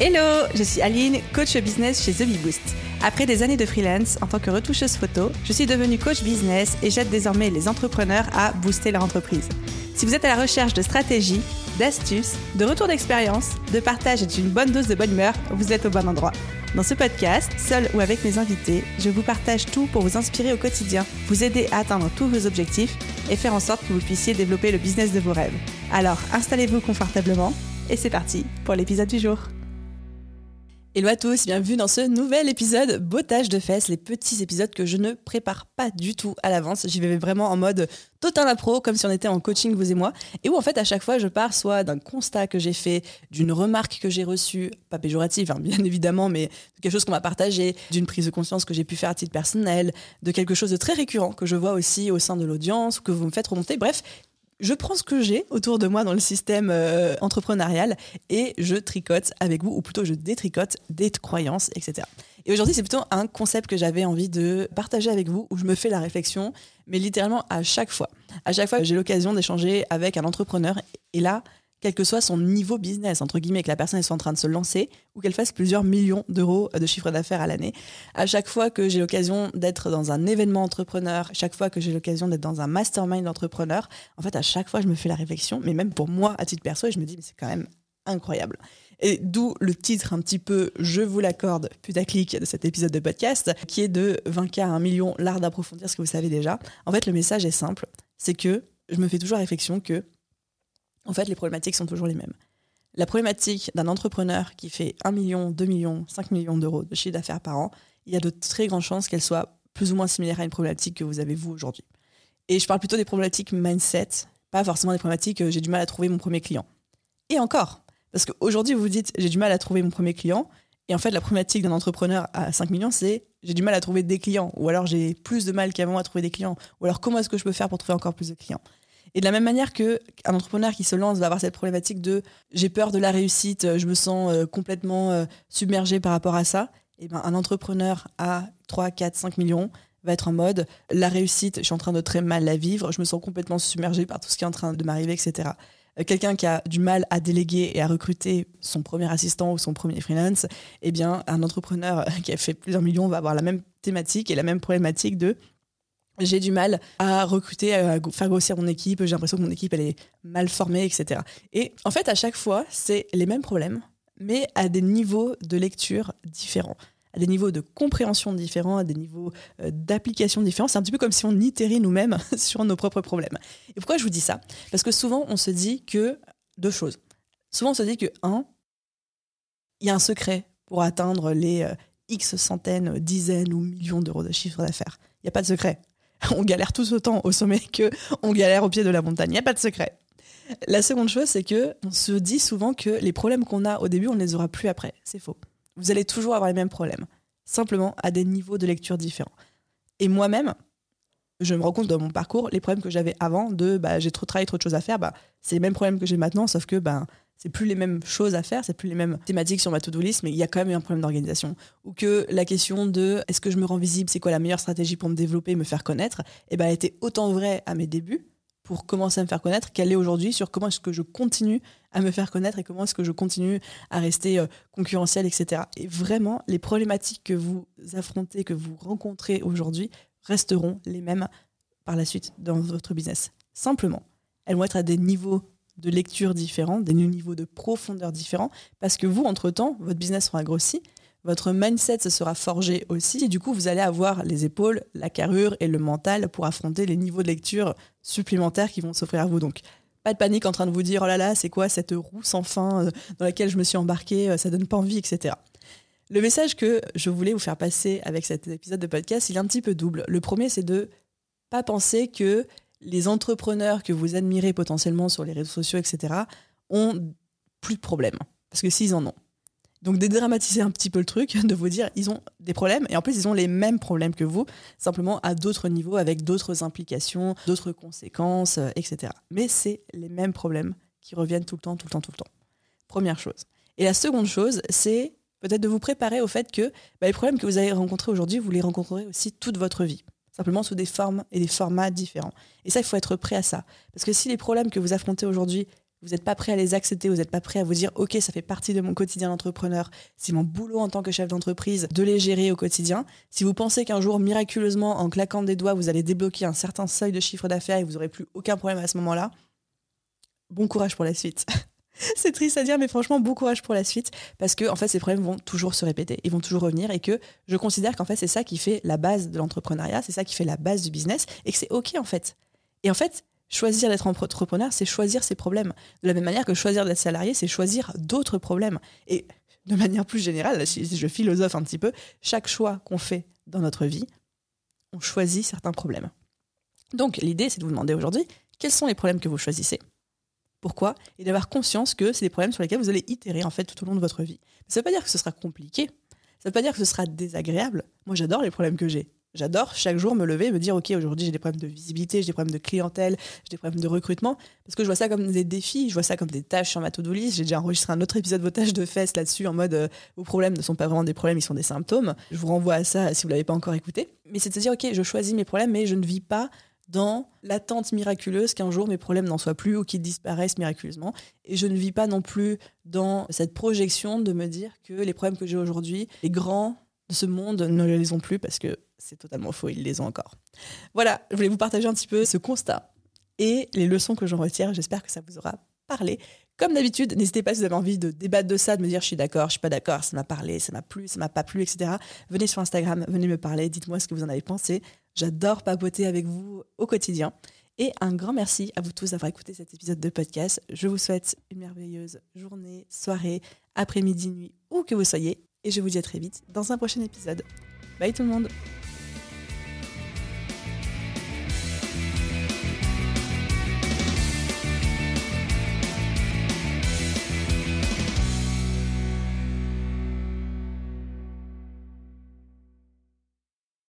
Hello, je suis Aline, coach business chez The Bee Boost. Après des années de freelance en tant que retoucheuse photo, je suis devenue coach business et j'aide désormais les entrepreneurs à booster leur entreprise. Si vous êtes à la recherche de stratégies, d'astuces, de retours d'expérience, de partage et d'une bonne dose de bonne humeur, vous êtes au bon endroit. Dans ce podcast, seul ou avec mes invités, je vous partage tout pour vous inspirer au quotidien, vous aider à atteindre tous vos objectifs et faire en sorte que vous puissiez développer le business de vos rêves. Alors, installez-vous confortablement et c'est parti pour l'épisode du jour. Hello à tous, bienvenue dans ce nouvel épisode bottage de fesses, les petits épisodes que je ne prépare pas du tout à l'avance. J'y vais vraiment en mode total impro, comme si on était en coaching vous et moi, et où en fait à chaque fois je pars soit d'un constat que j'ai fait, d'une remarque que j'ai reçue, pas péjorative bien évidemment, mais de quelque chose qu'on m'a partagé, d'une prise de conscience que j'ai pu faire à titre personnel, de quelque chose de très récurrent que je vois aussi au sein de l'audience ou que vous me faites remonter, bref. Je prends ce que j'ai autour de moi dans le système entrepreneurial et je tricote avec vous, ou plutôt je détricote des croyances, etc. Et aujourd'hui, c'est plutôt un concept que j'avais envie de partager avec vous, où je me fais la réflexion, mais littéralement à chaque fois. À chaque fois, j'ai l'occasion d'échanger avec un entrepreneur, et là, quel que soit son niveau business, entre guillemets, que la personne soit en train de se lancer ou qu'elle fasse plusieurs millions d'euros de chiffre d'affaires à l'année. À chaque fois que j'ai l'occasion d'être dans un événement entrepreneur, chaque fois que j'ai l'occasion d'être dans un mastermind d'entrepreneurs, en fait, à chaque fois, je me fais la réflexion, mais même pour moi, à titre perso, et je me dis, mais c'est quand même incroyable. Et d'où le titre un petit peu, je vous l'accorde, putaclic de cet épisode de podcast, qui est de 20K à 1 million, l'art d'approfondir ce que vous savez déjà. En fait, le message est simple, c'est que je me fais toujours la réflexion que en fait, les problématiques sont toujours les mêmes. La problématique d'un entrepreneur qui fait 1 million, 2 millions, 5 millions d'euros de chiffre d'affaires par an, il y a de très grandes chances qu'elle soit plus ou moins similaire à une problématique que vous avez vous aujourd'hui. Et je parle plutôt des problématiques mindset, pas forcément des problématiques j'ai du mal à trouver mon premier client. Et encore, parce qu'aujourd'hui vous vous dites j'ai du mal à trouver mon premier client, et en fait la problématique d'un entrepreneur à 5 millions c'est j'ai du mal à trouver des clients, ou alors j'ai plus de mal qu'avant à trouver des clients, ou alors comment est-ce que je peux faire pour trouver encore plus de clients. Et de la même manière qu'un entrepreneur qui se lance va avoir cette problématique de j'ai peur de la réussite, je me sens complètement submergé par rapport à ça, et ben un entrepreneur à 3, 4, 5 millions va être en mode la réussite, je suis en train de très mal la vivre, je me sens complètement submergé par tout ce qui est en train de m'arriver, etc. Quelqu'un qui a du mal à déléguer et à recruter son premier assistant ou son premier freelance, eh bien un entrepreneur qui a fait plusieurs millions va avoir la même thématique et la même problématique de j'ai du mal à recruter, à faire grossir mon équipe, j'ai l'impression que mon équipe elle est mal formée, etc. Et en fait, à chaque fois, c'est les mêmes problèmes, mais à des niveaux de lecture différents, à des niveaux de compréhension différents, à des niveaux d'application différents. C'est un petit peu comme si on itérait nous-mêmes sur nos propres problèmes. Et pourquoi je vous dis ça ? Parce que souvent, on se dit que deux choses. Souvent, on se dit que, il y a un secret pour atteindre les X centaines, dizaines ou millions d'euros de chiffre d'affaires. Il n'y a pas de secret. On galère tous autant au sommet qu'on galère au pied de la montagne. Il n'y a pas de secret. La seconde chose, c'est qu'on se dit souvent que les problèmes qu'on a au début, on ne les aura plus après. C'est faux. Vous allez toujours avoir les mêmes problèmes, simplement à des niveaux de lecture différents. Et moi-même, je me rends compte dans mon parcours, les problèmes que j'avais avant de j'ai trop de travail, trop de choses à faire, c'est les mêmes problèmes que j'ai maintenant, sauf que c'est plus les mêmes choses à faire, c'est plus les mêmes thématiques sur ma to-do list, mais il y a quand même un problème d'organisation. Ou que la question de est-ce que je me rends visible, c'est quoi la meilleure stratégie pour me développer et me faire connaître, elle était autant vraie à mes débuts pour commencer à me faire connaître qu'elle est aujourd'hui sur comment est-ce que je continue à me faire connaître et comment est-ce que je continue à rester concurrentiel, etc. Et vraiment, les problématiques que vous affrontez, que vous rencontrez aujourd'hui resteront les mêmes par la suite dans votre business. Simplement, elles vont être à des niveaux de lecture différents, des niveaux de profondeur différents, parce que vous, entre-temps, votre business sera grossi, votre mindset se sera forgé aussi, et du coup, vous allez avoir les épaules, la carrure et le mental pour affronter les niveaux de lecture supplémentaires qui vont s'offrir à vous. Donc, pas de panique en train de vous dire « Oh là là, c'est quoi cette roue sans fin dans laquelle je me suis embarquée, ça donne pas envie, etc. » Le message que je voulais vous faire passer avec cet épisode de podcast, il est un petit peu double. Le premier, c'est de pas penser que les entrepreneurs que vous admirez potentiellement sur les réseaux sociaux, etc., ont plus de problèmes. Parce que s'ils en ont. Donc dédramatiser un petit peu le truc, de vous dire ils ont des problèmes, et en plus ils ont les mêmes problèmes que vous, simplement à d'autres niveaux, avec d'autres implications, d'autres conséquences, etc. Mais c'est les mêmes problèmes qui reviennent tout le temps. Première chose. Et la seconde chose, c'est peut-être de vous préparer au fait que les problèmes que vous allez rencontrer aujourd'hui, vous les rencontrerez aussi toute votre vie. Simplement sous des formes et des formats différents. Et ça, il faut être prêt à ça. Parce que si les problèmes que vous affrontez aujourd'hui vous n'êtes pas prêt à les accepter, vous n'êtes pas prêt à vous dire « Ok, ça fait partie de mon quotidien d'entrepreneur, c'est mon boulot en tant que chef d'entreprise de les gérer au quotidien », si vous pensez qu'un jour, miraculeusement, en claquant des doigts, vous allez débloquer un certain seuil de chiffre d'affaires et vous n'aurez plus aucun problème à ce moment-là, bon courage pour la suite. C'est triste à dire, mais franchement, bon courage pour la suite, parce que en fait, ces problèmes vont toujours se répéter, ils vont toujours revenir, et que je considère qu'en fait, c'est ça qui fait la base de l'entrepreneuriat, c'est ça qui fait la base du business, et que c'est OK en fait. Et en fait, choisir d'être entrepreneur, c'est choisir ses problèmes. De la même manière que choisir d'être salarié, c'est choisir d'autres problèmes. Et de manière plus générale, si je philosophe un petit peu, chaque choix qu'on fait dans notre vie, on choisit certains problèmes. Donc, l'idée, c'est de vous demander aujourd'hui, quels sont les problèmes que vous choisissez ? Pourquoi ? Et d'avoir conscience que c'est des problèmes sur lesquels vous allez itérer en fait tout au long de votre vie. Ça ne veut pas dire que ce sera compliqué, ça ne veut pas dire que ce sera désagréable. Moi, j'adore les problèmes que j'ai. J'adore chaque jour me lever et me dire « Ok, aujourd'hui, j'ai des problèmes de visibilité, j'ai des problèmes de clientèle, j'ai des problèmes de recrutement. » Parce que je vois ça comme des défis, je vois ça comme des tâches sur ma to-do list. J'ai déjà enregistré un autre épisode de vos tâches de fesses là-dessus en mode vos problèmes ne sont pas vraiment des problèmes, ils sont des symptômes. Je vous renvoie à ça si vous ne l'avez pas encore écouté. Mais c'est de se dire « Ok, je choisis mes problèmes, mais je ne vis pas dans l'attente miraculeuse qu'un jour mes problèmes n'en soient plus ou qu'ils disparaissent miraculeusement. Et je ne vis pas non plus dans cette projection de me dire que les problèmes que j'ai aujourd'hui, les grands de ce monde ne les ont plus, parce que c'est totalement faux, ils les ont encore. » Voilà, je voulais vous partager un petit peu ce constat et les leçons que j'en retire. J'espère que ça vous aura parlé. Comme d'habitude, n'hésitez pas si vous avez envie de débattre de ça, de me dire je suis d'accord, je suis pas d'accord, ça m'a parlé, ça m'a plu, ça m'a pas plu, etc. Venez sur Instagram, venez me parler, dites-moi ce que vous en avez pensé. J'adore papoter avec vous au quotidien. Et un grand merci à vous tous d'avoir écouté cet épisode de podcast. Je vous souhaite une merveilleuse journée, soirée, après-midi, nuit, où que vous soyez. Et je vous dis à très vite dans un prochain épisode. Bye tout le monde!